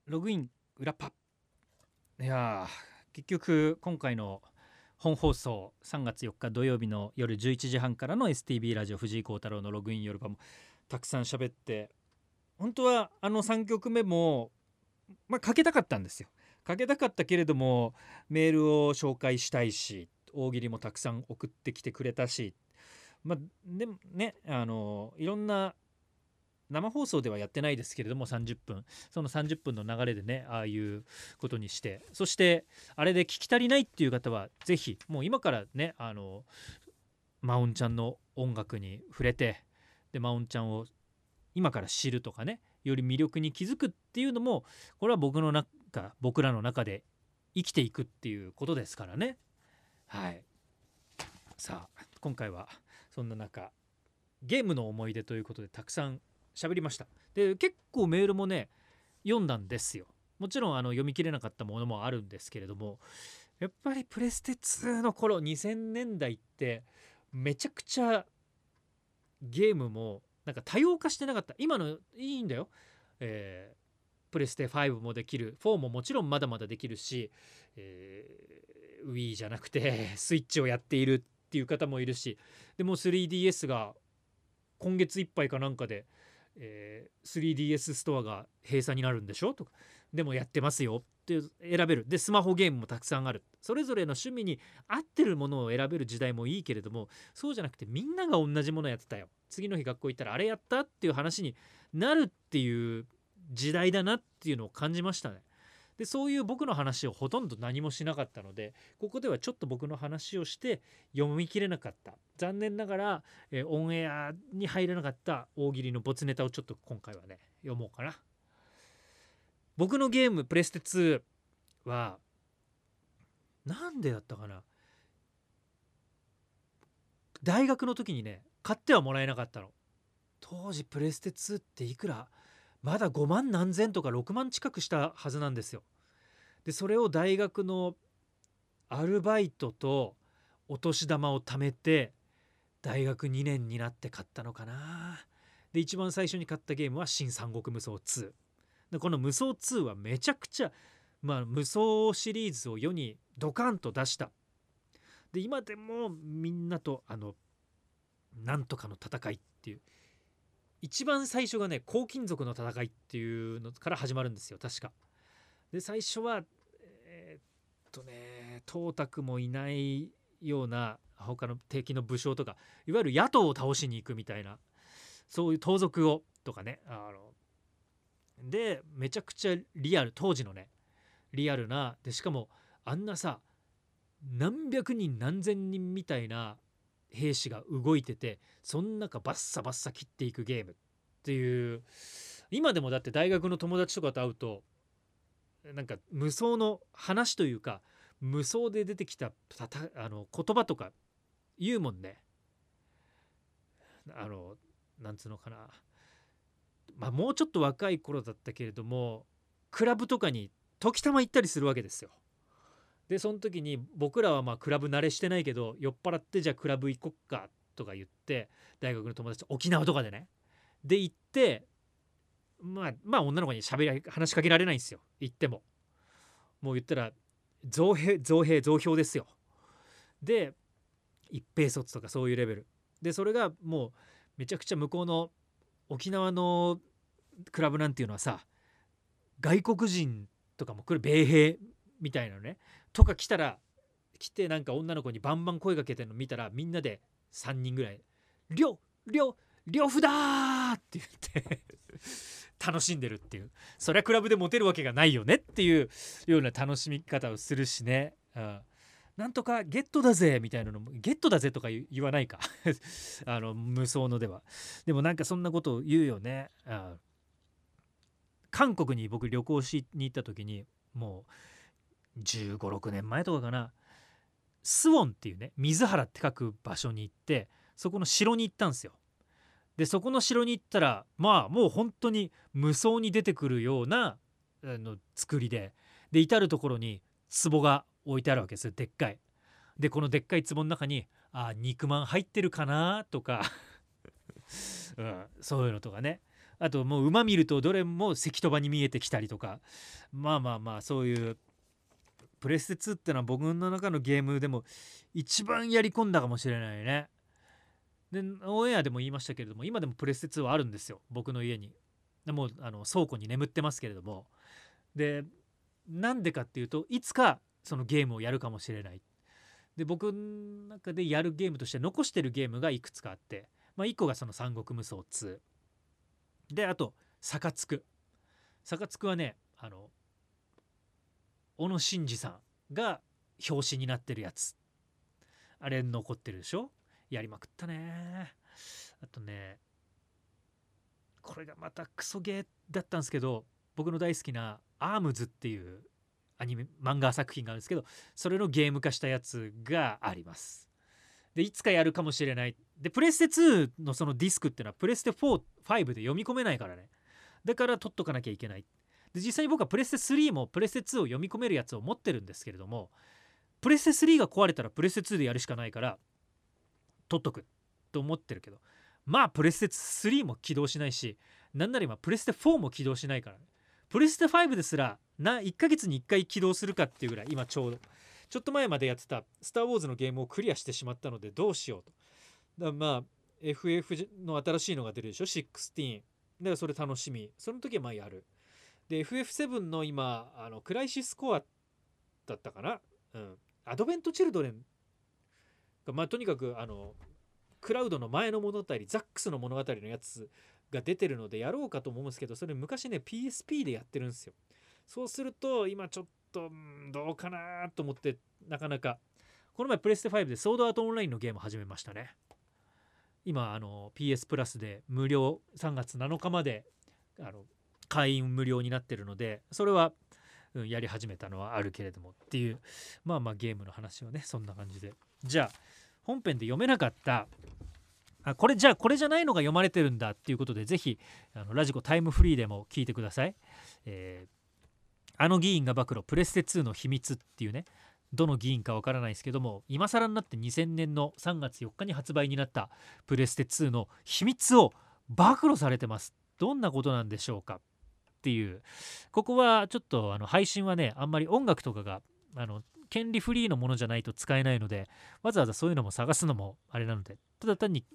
ログイン裏パ。いや結局今回の本放送3月4日土曜日の夜11時半からの STB ラジオ藤井幸太郎のログイン夜パもたくさん喋って、本当は3曲目もかけたかったんですよ。かけたかったけれどもメールを紹介したいし、大喜利もたくさん送ってきてくれたし、でもね、いろんな生放送ではやってないですけれども30分、その30分の流れでね、ああいうことにして、そしてあれで聞き足りないっていう方はぜひもう今からね、マオンちゃんの音楽に触れて、でマオンちゃんを今から知るとかね、より魅力に気づくっていうのも、これは僕らの中で生きていくっていうことですからね。はい。さあ今回はそんな中、ゲームの思い出ということでたくさん喋りました。で結構メールもね読んだんですよ。もちろん読み切れなかったものもあるんですけれども、やっぱりプレステ2の頃2000年代ってめちゃくちゃゲームもなんか多様化してなかった。今のいいんだよ、プレステ5もできる、4ももちろんまだまだできるし、Wii じゃなくてスイッチをやっているっていう方もいるし、でも 3DS が今月いっぱいかなんかで、3DS ストアが閉鎖になるんでしょとか、でもやってますよって選べる。でスマホゲームもたくさんある。それぞれの趣味に合ってるものを選べる時代もいいけれども、そうじゃなくてみんなが同じものやってたよ、次の日学校行ったらあれやったっていう話になるっていう時代だなっていうのを感じましたね。でそういう僕の話をほとんど何もしなかったので、ここではちょっと僕の話をして読み切れなかった、残念ながら、オンエアに入らなかった大喜利のボツネタをちょっと今回はね読もうかな。僕のゲームプレステ2はなんでだったかな、大学の時にね買ってはもらえなかったの。当時プレステ2っていくら、まだ5万何千とか6万近くしたはずなんですよ。でそれを大学のアルバイトとお年玉を貯めて大学2年になって買ったのかな。で一番最初に買ったゲームは新三国無双2で、この無双2はめちゃくちゃ、無双シリーズを世にドカンと出した。で今でもみんなとなんとかの戦いっていう、一番最初がね黄金族の戦いっていうのから始まるんですよ確か。で最初は董卓もいないような他の敵の武将とか、いわゆる野党を倒しに行くみたいな、そういう盗賊をとかね、でめちゃくちゃリアル、当時のねリアルな、でしかもあんなさ何百人何千人みたいな兵士が動いてて、そん中バッサバッサ切っていくゲームっていう、今でもだって大学の友達とかと会うとなんか無双の話というか、無双で出てきた言葉とか言うもんね。なんつうのかな、もうちょっと若い頃だったけれどもクラブとかに時たま行ったりするわけですよ。でその時に僕らはクラブ慣れしてないけど、酔っ払ってじゃあクラブ行こっかとか言って、大学の友達沖縄とかでね、で行って、女の子に話しかけられないんですよ。行ってももう言ったら増票ですよ。で一平卒とかそういうレベルで、それがもうめちゃくちゃ向こうの沖縄のクラブなんていうのはさ、外国人とかも来る、米兵みたいなのねとか来てなんか女の子にバンバン声かけてるの見たら、みんなで3人ぐらい「りょふだー!」って言って楽しんでるっていう、そりゃクラブでモテるわけがないよねっていうような楽しみ方をするしね、なんとかゲットだぜみたいなのも、ゲットだぜとか言わないか無双のでは。でもなんかそんなことを言うよね。韓国に僕旅行しに行った時に、もう15、6年前とかかな、スウォンっていうね、水原って書く場所に行って、そこの城に行ったんですよ。でそこの城に行ったらもう本当に無双に出てくるような作りで、至る所に壺が置いてあるわけですよ、でっかい。でこのでっかい壺の中に肉まん入ってるかなとかそういうのとかね、 あともう馬見るとどれも石飛場に見えてきたりとか、まあそういうプレステ2ってのは僕の中のゲームでも一番やり込んだかもしれないね。でオンエアでも言いましたけれども、今でもプレステ2はあるんですよ、僕の家に。でも倉庫に眠ってますけれども、でなんでかっていうと、いつかそのゲームをやるかもしれない。で僕の中でやるゲームとして残してるゲームがいくつかあって、1個がその三国無双2で、あとサカツクはね、小野伸二さんが表紙になってるやつ、あれ残ってるでしょ。やりまくったね。あとね、これがまたクソゲーだったんですけど、僕の大好きなアームズっていう漫画作品があるんですけど、それのゲーム化したやつがあります。でいつかやるかもしれない。でプレステ2のそのディスクっていうのはプレステ4、5で読み込めないからね。だから取っとかなきゃいけない。で実際に僕はプレステ3もプレステ2を読み込めるやつを持ってるんですけれども、プレステ3が壊れたらプレステ2でやるしかないから取っとくと思ってるけど、プレステ3も起動しないし、なんなら今プレステ4も起動しないからね。プレステ5ですら1ヶ月に1回起動するかっていうぐらい、今ちょっと前までやってたスター・ウォーズのゲームをクリアしてしまったのでどうしようと。だからFF の新しいのが出るでしょ、16。だからそれ楽しみ。その時はやる。で FF7 の今クライシスコアだったかな、アドベント・チルドレンがとにかくクラウドの前の物語、ザックスの物語のやつが出てるのでやろうかと思うんですけど、それ昔ね PSP でやってるんですよ。そうすると今ちょっとどうかなと思って、なかなか。この前プレステ5でソードアートオンラインのゲーム始めましたね。今PS プラスで無料、3月7日まで会員無料になってるので、それは、やり始めたのはあるけれどもっていう、ゲームの話をね、そんな感じで。じゃあ本編で読めなかったこれじゃないのが読まれてるんだっていうことで、ぜひラジコタイムフリーでも聞いてください。議員が暴露プレステ2の秘密っていうね、どの議員かわからないですけども、今更になって2000年の3月4日に発売になったプレステ2の秘密を暴露されてます。どんなことなんでしょうかっていう。ここはちょっと配信はね、あんまり音楽とかが権利フリーのものじゃないと使えないので、わざわざそういうのも探すのもあれなので、ただ単に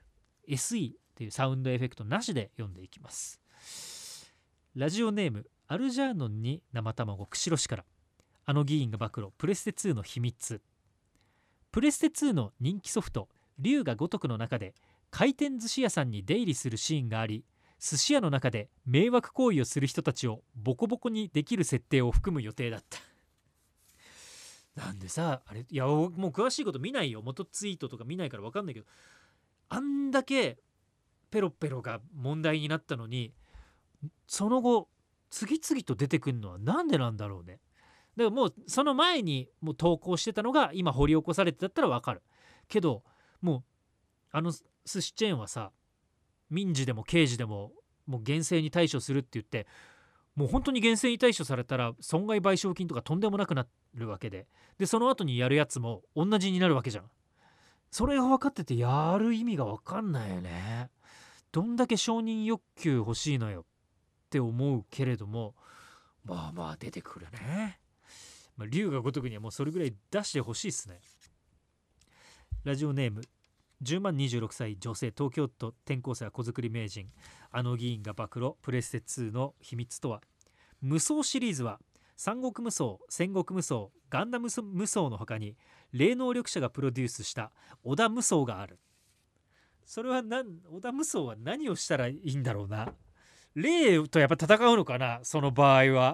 SE っていうサウンドエフェクトなしで読んでいきます。ラジオネームアルジャーノンに生卵釧路市から、議員が暴露プレステ2の秘密。プレステ2の人気ソフト龍が如くの中で回転寿司屋さんに出入りするシーンがあり、寿司屋の中で迷惑行為をする人たちをボコボコにできる設定を含む予定だった。なんでさ、あれ、いやもう詳しいこと見ないよ、元ツイートとか見ないから分かんないけど、あんだけペロペロが問題になったのに、その後次々と出てくるのはなんでなんだろうね。だからもうその前にもう投稿してたのが今掘り起こされてだったら分かるけど、もう寿司チェーンはさ、民事でも刑事でももう厳正に対処するって言って、もう本当に厳正に対処されたら損害賠償金とかとんでもなくなるわけで、その後にやるやつも同じになるわけじゃん。それが分かっててやる意味が分かんないよね。どんだけ承認欲求欲しいのよって思うけれども、出てくるね。龍が如くにはもうそれぐらい出してほしいっすね。ラジオネーム10万26歳女性、東京都転校生は子作り名人。議員が暴露プレステ2の秘密とは。無双シリーズは三国無双、戦国無双、ガンダム無双の他に霊能力者がプロデュースした織田無双がある。それは織田無双は何をしたらいいんだろうな。霊とやっぱ戦うのかな、その場合は。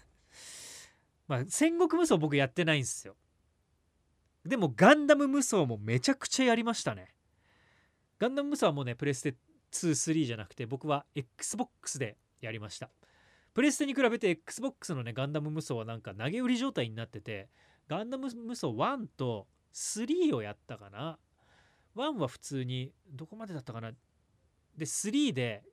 戦国無双僕やってないんですよ。でもガンダム無双もめちゃくちゃやりましたね。ガンダム無双はもうねプレステ2、3じゃなくて僕は XBOX でやりました。プレステに比べて XBOX のねガンダム無双はなんか投げ売り状態になってて、ガンダム無双1と3をやったかな。1は普通にどこまでだったかな。で3で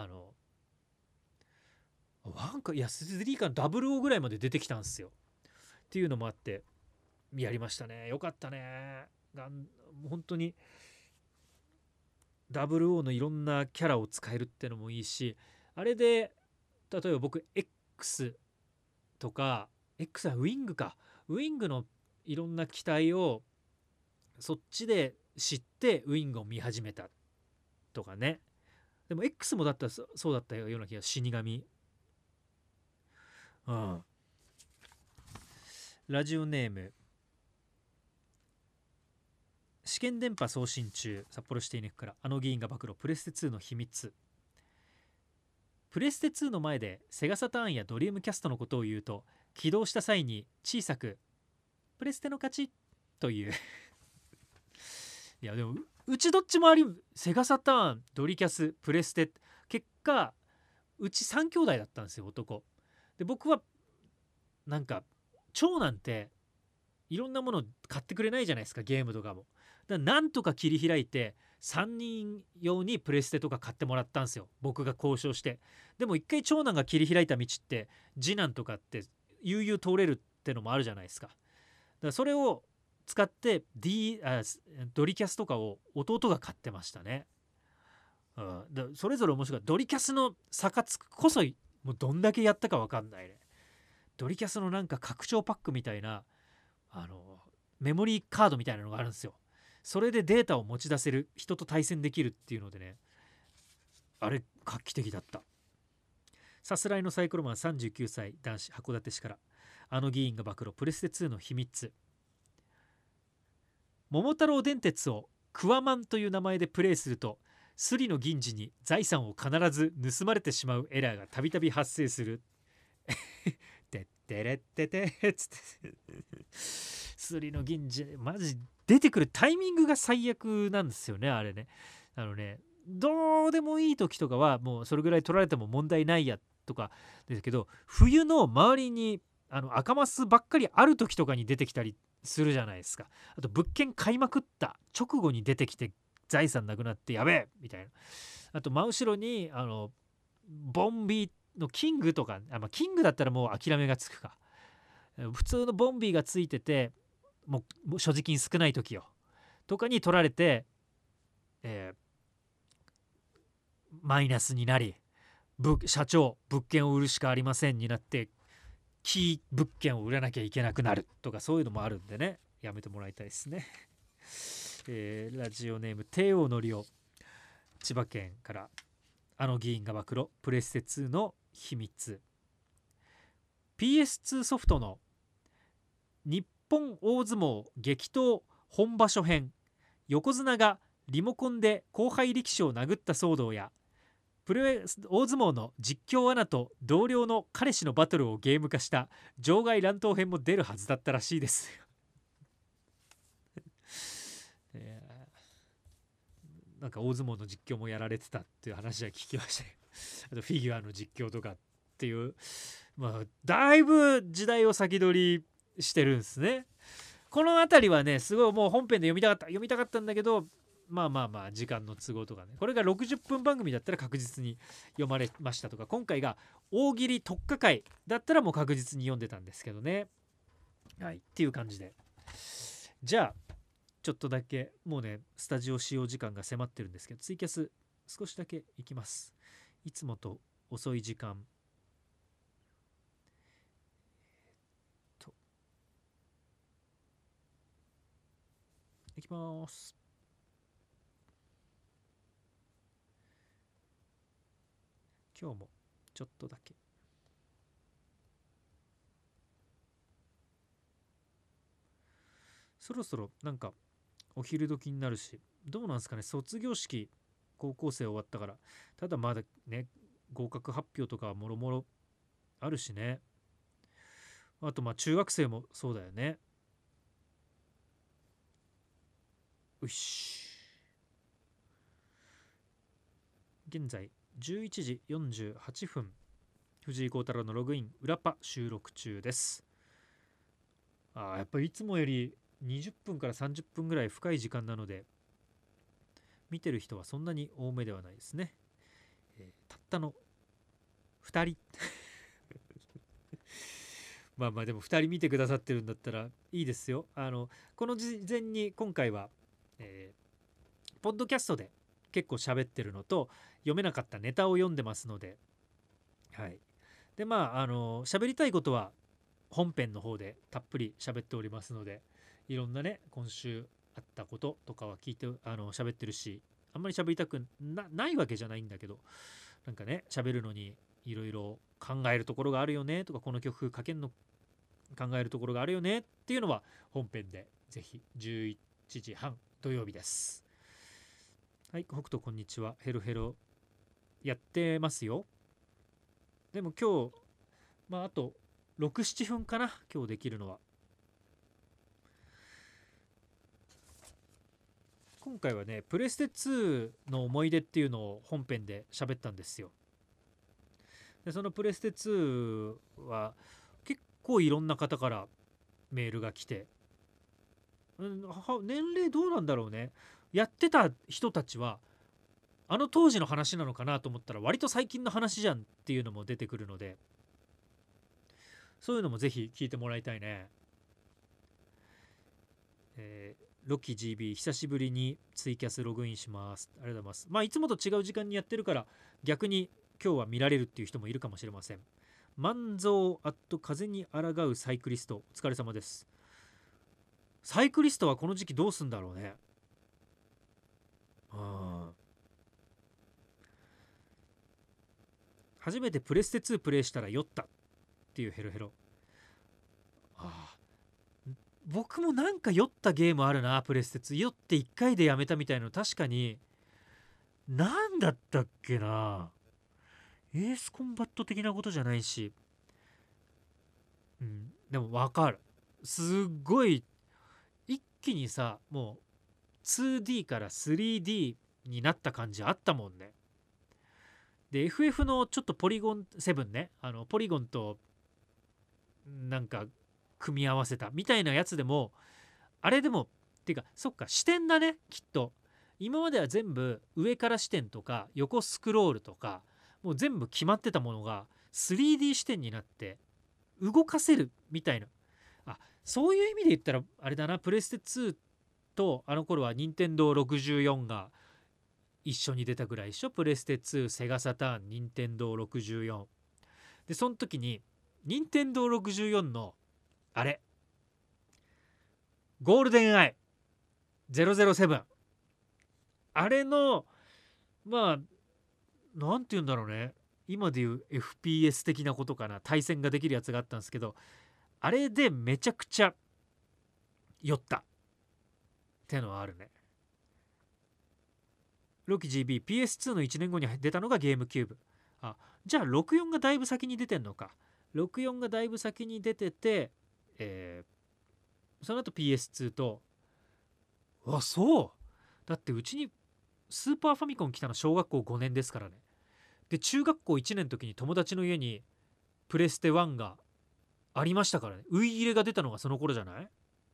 1か、いや3か00ぐらいまで出てきたんですよっていうのもあってやりましたね。よかったね。本当に 00のいろんなキャラを使えるってのもいいし、あれで例えば僕 X とか X はウィングか、ウィングのいろんな機体をそっちで知ってウィングを見始めたとかね。でも X もだったらそうだったような気が、死神。うん。ラジオネーム試験電波送信中、札幌シティネックからあの議員が暴露プレステ2の秘密。プレステ2の前でセガサターンやドリームキャストのことを言うと、起動した際に小さくプレステの勝ちといういやでもうちどっちもあり、セガサターン、ドリキャス、プレステ、結果うち3兄弟だったんですよ、男で。僕はなんか長男っていろんなもの買ってくれないじゃないですか、ゲームとかも。だからなんとか切り開いて3人用にプレステとか買ってもらったんですよ、僕が交渉して。でも一回長男が切り開いた道って次男とかって悠々通れるってのもあるじゃないですか。だからそれを使って、ドリキャスとかを弟が買ってましたね。だそれぞれ面白い。ドリキャスの差つくこそもうどんだけやったか分かんないね。ドリキャスのなんか拡張パックみたいなメモリーカードみたいなのがあるんですよ。それでデータを持ち出せる、人と対戦できるっていうのでね、あれ画期的だった。さすらいのサイコロマン39歳男子、函館市からあの議員が暴露プレステ2の秘密。桃太郎電鉄をクワマンという名前でプレイすると、スリの銀次に財産を必ず盗まれてしまうエラーがたびたび発生するてってれっててっつってスリの銀次マジ出てくるタイミングが最悪なんですよね、あれね。どうでもいい時とかはもうそれぐらい取られても問題ないやとかですけど、冬の周りに赤マスばっかりある時とかに出てきたりするじゃないですか。あと物件買いまくった直後に出てきて財産なくなってやべえみたいな。あと真後ろにボンビーのキングとか、キングだったらもう諦めがつくか。普通のボンビーがついててもう所持金少ない時よとかに取られて、マイナスになり、社長物件を売るしかありませんになってキー物件を売らなきゃいけなくなるとか、そういうのもあるんでね、やめてもらいたいですね。ラジオネーム帝王のりお、千葉県からあの議員が暴露プレステ2の秘密。 PS2 ソフトの日本大相撲激闘本場所編、横綱がリモコンで後輩力士を殴った騒動や、プロ大相撲の実況アナと同僚の彼氏のバトルをゲーム化した場外乱闘編も出るはずだったらしいですなんか大相撲の実況もやられてたっていう話は聞きましたよ。あとフィギュアの実況とかっていう、だいぶ時代を先取りしてるんですね。この辺りはね、すごいもう本編で読みたかったんだけど、時間の都合とかね、これが60分番組だったら確実に読まれましたとか、今回が大喜利特化会だったらもう確実に読んでたんですけどね。はい、っていう感じで、じゃあちょっとだけもうねスタジオ使用時間が迫ってるんですけど、ツイキャス少しだけいきます。いつもと遅い時間いきます。今日もちょっとだけ。そろそろなんかお昼時になるし、どうなんですかね、卒業式高校生終わったから。ただまだね合格発表とかもろもろあるしね。あと中学生もそうだよね。よし、現在11時48分、藤井幸太郎のログイン裏パ収録中です。やっぱりいつもより20分から30分ぐらい深い時間なので、見てる人はそんなに多めではないですね。たったの2人でも2人見てくださってるんだったらいいですよ。この事前に今回は、ポッドキャストで結構喋ってるのと、読めなかったネタを読んでますので、はい。で喋りたいことは本編の方でたっぷり喋っておりますので、いろんなね今週あったこととかは聞いて喋ってるし、あんまり喋りたくないわけじゃないんだけど、なんかね喋るのにいろいろ考えるところがあるよねとか、この曲かけるの考えるところがあるよねっていうのは本編でぜひ11時半土曜日です。はい、北斗こんにちは。ヘロヘロやってますよ。でも今日あと6、7分かな、今日できるのは。今回はねプレステ2の思い出っていうのを本編で喋ったんですよ。でそのプレステ2は結構いろんな方からメールが来て、年齢どうなんだろうね。やってた人たちはあの当時の話なのかなと思ったら割と最近の話じゃんっていうのも出てくるので、そういうのもぜひ聞いてもらいたいね。ロキ GB 久しぶりにツイキャスログインします。ありがとうございます。いつもと違う時間にやってるから逆に今日は見られるっていう人もいるかもしれません。万蔵風に抗うサイクリスト、お疲れ様です。サイクリストはこの時期どうすんだろうね。初めてプレステ2プレイしたら酔ったっていうヘロヘロ。僕もなんか酔ったゲームあるな。プレステ2酔って1回でやめたみたいなの確かに何だったっけな。エースコンバット的なことじゃないし、でも分かる。すっごい一気にさ、もう 2D から 3D になった感じあったもんね。で FF のちょっとポリゴン7ね、ポリゴンとなんか組み合わせたみたいなやつでも、あれでもっていうか、そっか視点だねきっと。今までは全部上から視点とか横スクロールとかもう全部決まってたものが 3D 視点になって動かせるみたいな。そういう意味で言ったらあれだな、プレステ2とあの頃は任天堂64が一緒に出たぐらいでしょ。プレステ2、セガサターン、任天堂64で、その時に任天堂64のあれゴールデンアイ007、あれのなんて言うんだろうね、今でいう FPS 的なことかな、対戦ができるやつがあったんですけど、あれでめちゃくちゃ酔ったってのはあるね。ロキ GB PS2 の1年後に出たのがゲームキューブ。じゃあ64がだいぶ先に出てんのか。64がだいぶ先に出てて、その後 PS2 と、そうだってうちにスーパーファミコン来たの小学校5年ですからね。で中学校1年の時に友達の家にプレステ1がありましたからね。ウイイレが出たのがその頃じゃない。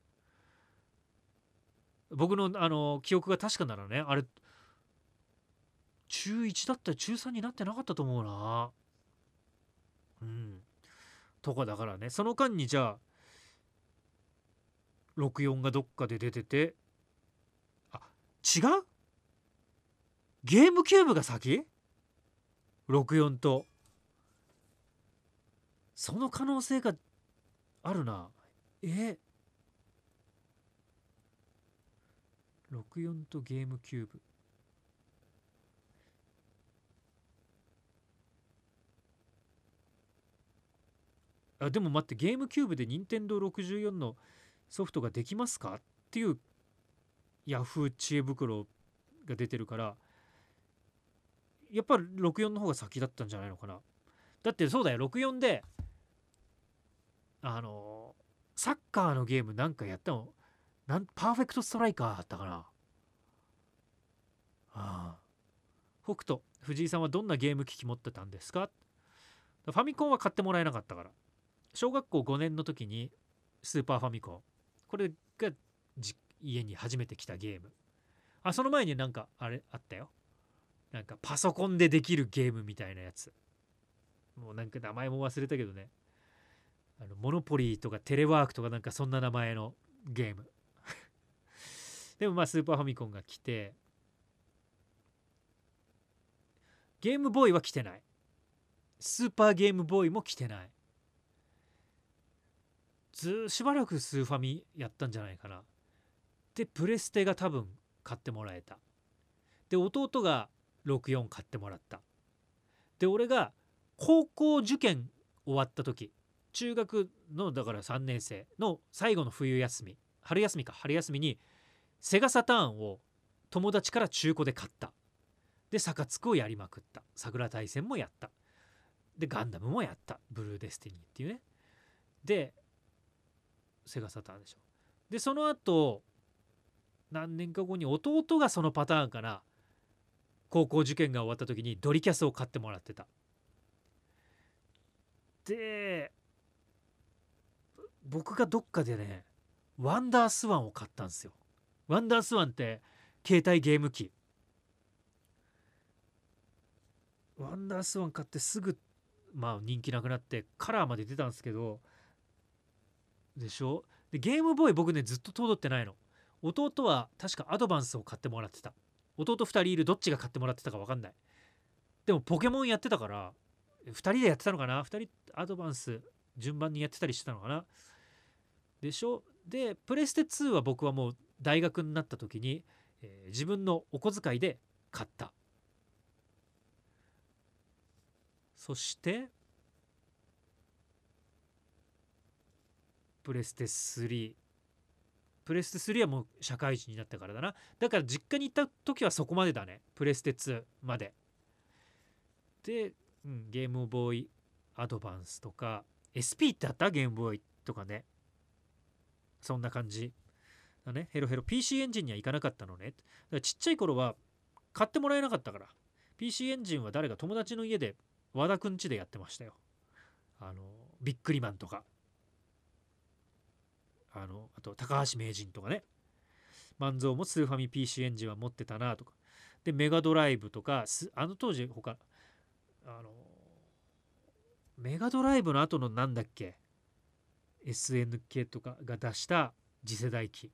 僕の記憶が確かならね、あれ中1だったら中3になってなかったと思うな。とかだからね、その間にじゃあ64がどっかで出てて、違う、ゲームキューブが先 ?64 とその可能性があるな。64とゲームキューブ、でも待って、ゲームキューブで任天堂64のソフトができますかっていうヤフー知恵袋が出てるから、やっぱり64の方が先だったんじゃないのかな。だってそうだよ、64でサッカーのゲームなんかやったの、パーフェクトストライカーだったかな。北斗藤井さんはどんなゲーム機器持ってたんですか。ファミコンは買ってもらえなかったから、小学校5年の時にスーパーファミコン、これが家に初めて来たゲーム。その前になんかあれあったよ、なんかパソコンでできるゲームみたいなやつ、もうなんか名前も忘れたけどね、モノポリーとかテレワークとかなんかそんな名前のゲームでもスーパーファミコンが来て、 ゲームボーイは来てない。スーパーゲームボーイも来てない。しばらくスーファミやったんじゃないかな。でプレステが多分買ってもらえた。で弟が64買ってもらった。で俺が高校受験終わった時、中学のだから3年生の最後の冬休み、春休みにセガサターンを友達から中古で買った。でサカツクをやりまくった。桜大戦もやった。でガンダムもやった。ブルーデスティニーっていうね。でセガサターンでしょ。でその後何年か後に弟がそのパターンかな、高校受験が終わった時にドリキャスを買ってもらってた。で僕がどっかでねワンダースワンを買ったんですよ。ワンダースワンって携帯ゲーム機。ワンダースワン買ってすぐ人気なくなってカラーまで出たんですけど、でしょ。でゲームボーイ僕ねずっと通ってないの。弟は確かアドバンスを買ってもらってた。弟2人いる、どっちが買ってもらってたか分かんない。でもポケモンやってたから2人でやってたのかな。2人アドバンス順番にやってたりしてたのかな。でしょ。でプレステ2は僕はもう大学になった時に、自分のお小遣いで買った。そしてプレステ3はもう社会人になったからだな。だから実家に行った時はそこまでだね。プレステ2までで、ゲームボーイアドバンスとか SP ってあった？ゲームボーイとかね。そんな感じだね。ヘロヘロ PC エンジンには行かなかったのね。だからちっちゃい頃は買ってもらえなかったから、 PC エンジンは誰か友達の家で和田くん家でやってましたよ。ビックリマンとかあと高橋名人とかね。万蔵もスーファミ PC エンジンは持ってたなとか。でメガドライブとか当時メガドライブの後のなんだっけ SNK とかが出した次世代機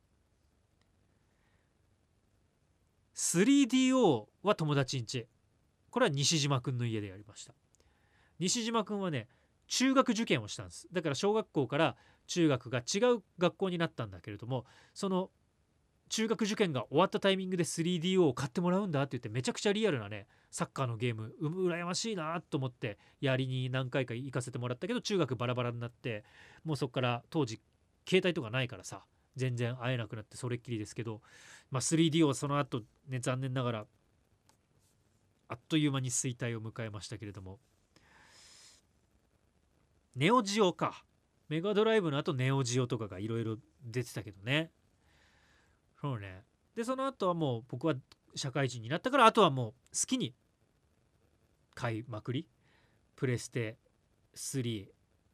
3DO は友達ん家、これは西島くんの家でやりました。西島くんはね中学受験をしたんです。だから小学校から中学が違う学校になったんだけれども、その中学受験が終わったタイミングで 3DO を買ってもらうんだって言って、めちゃくちゃリアルなねサッカーのゲーム羨ましいなと思ってやりに何回か行かせてもらったけど、中学バラバラになって、もうそこから当時携帯とかないからさ全然会えなくなってそれっきりですけど、3DO その後ね残念ながらあっという間に衰退を迎えましたけれども、ネオジオか。メガドライブの後ネオジオとかがいろいろ出てたけどね。そうね。でその後はもう僕は社会人になったから、あとはもう好きに買いまくり。プレステ3、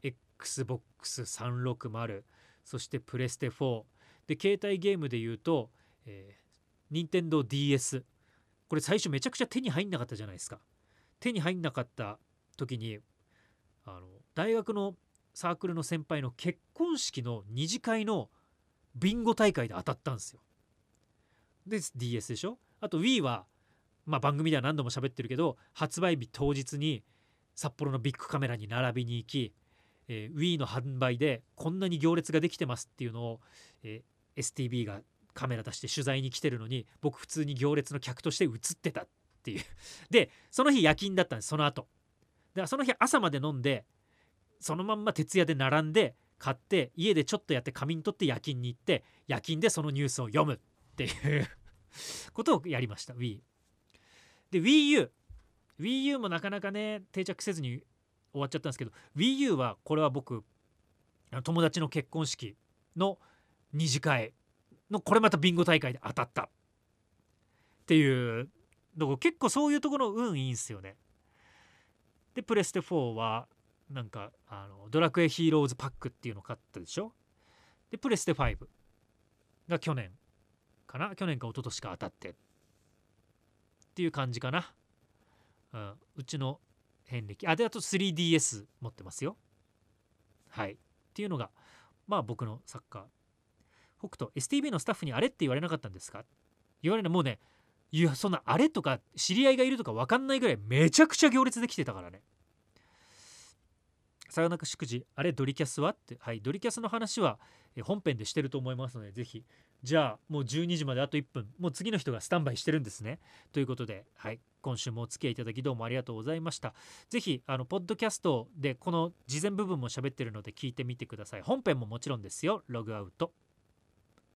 XBOX360、そしてプレステ4で、携帯ゲームでいうと、任天堂 DS。 これ最初めちゃくちゃ手に入んなかったじゃないですか。手に入んなかった時に大学のサークルの先輩の結婚式の二次会のビンゴ大会で当たったんですよ。で DS でしょ。あと Wii は、番組では何度も喋ってるけど、発売日当日に札幌のビッグカメラに並びに行き、Wii の販売でこんなに行列ができてますっていうのを、STB がカメラ出して取材に来てるのに、僕普通に行列の客として映ってたっていうでその日夜勤だったんです。その後でその日朝まで飲んで、そのまんま徹夜で並んで買って、家でちょっとやって仮眠取って夜勤に行って、夜勤でそのニュースを読むっていうことをやりました。 Wii で WiiU もなかなかね定着せずに終わっちゃったんですけど、 WiiU はこれは僕友達の結婚式の二次会のこれまたビンゴ大会で当たったっていうの、結構そういうところ運いいんすよね。でプレステ4はなんかドラクエヒーローズパックっていうのを買ったでしょ。でプレステ5が去年かな、去年か一昨年か当たってっていう感じかな。うちの遍歴であと 3DS 持ってますよ。はいっていうのが僕のサッカー。北斗 STB のスタッフにあれって言われなかったんですか。言われない。もうねいやそんなあれとか知り合いがいるとか分かんないぐらいめちゃくちゃ行列できてたからね。さよなく祝辞あれドリキャスはって、はい、ドリキャスの話は本編でしてると思いますので、ぜひ。じゃあもう12時まであと1分、もう次の人がスタンバイしてるんですね。ということで、はい、今週もお付き合いいただきどうもありがとうございました。ぜひポッドキャストでこの事前部分も喋ってるので聞いてみてください。本編ももちろんですよ。ログアウト。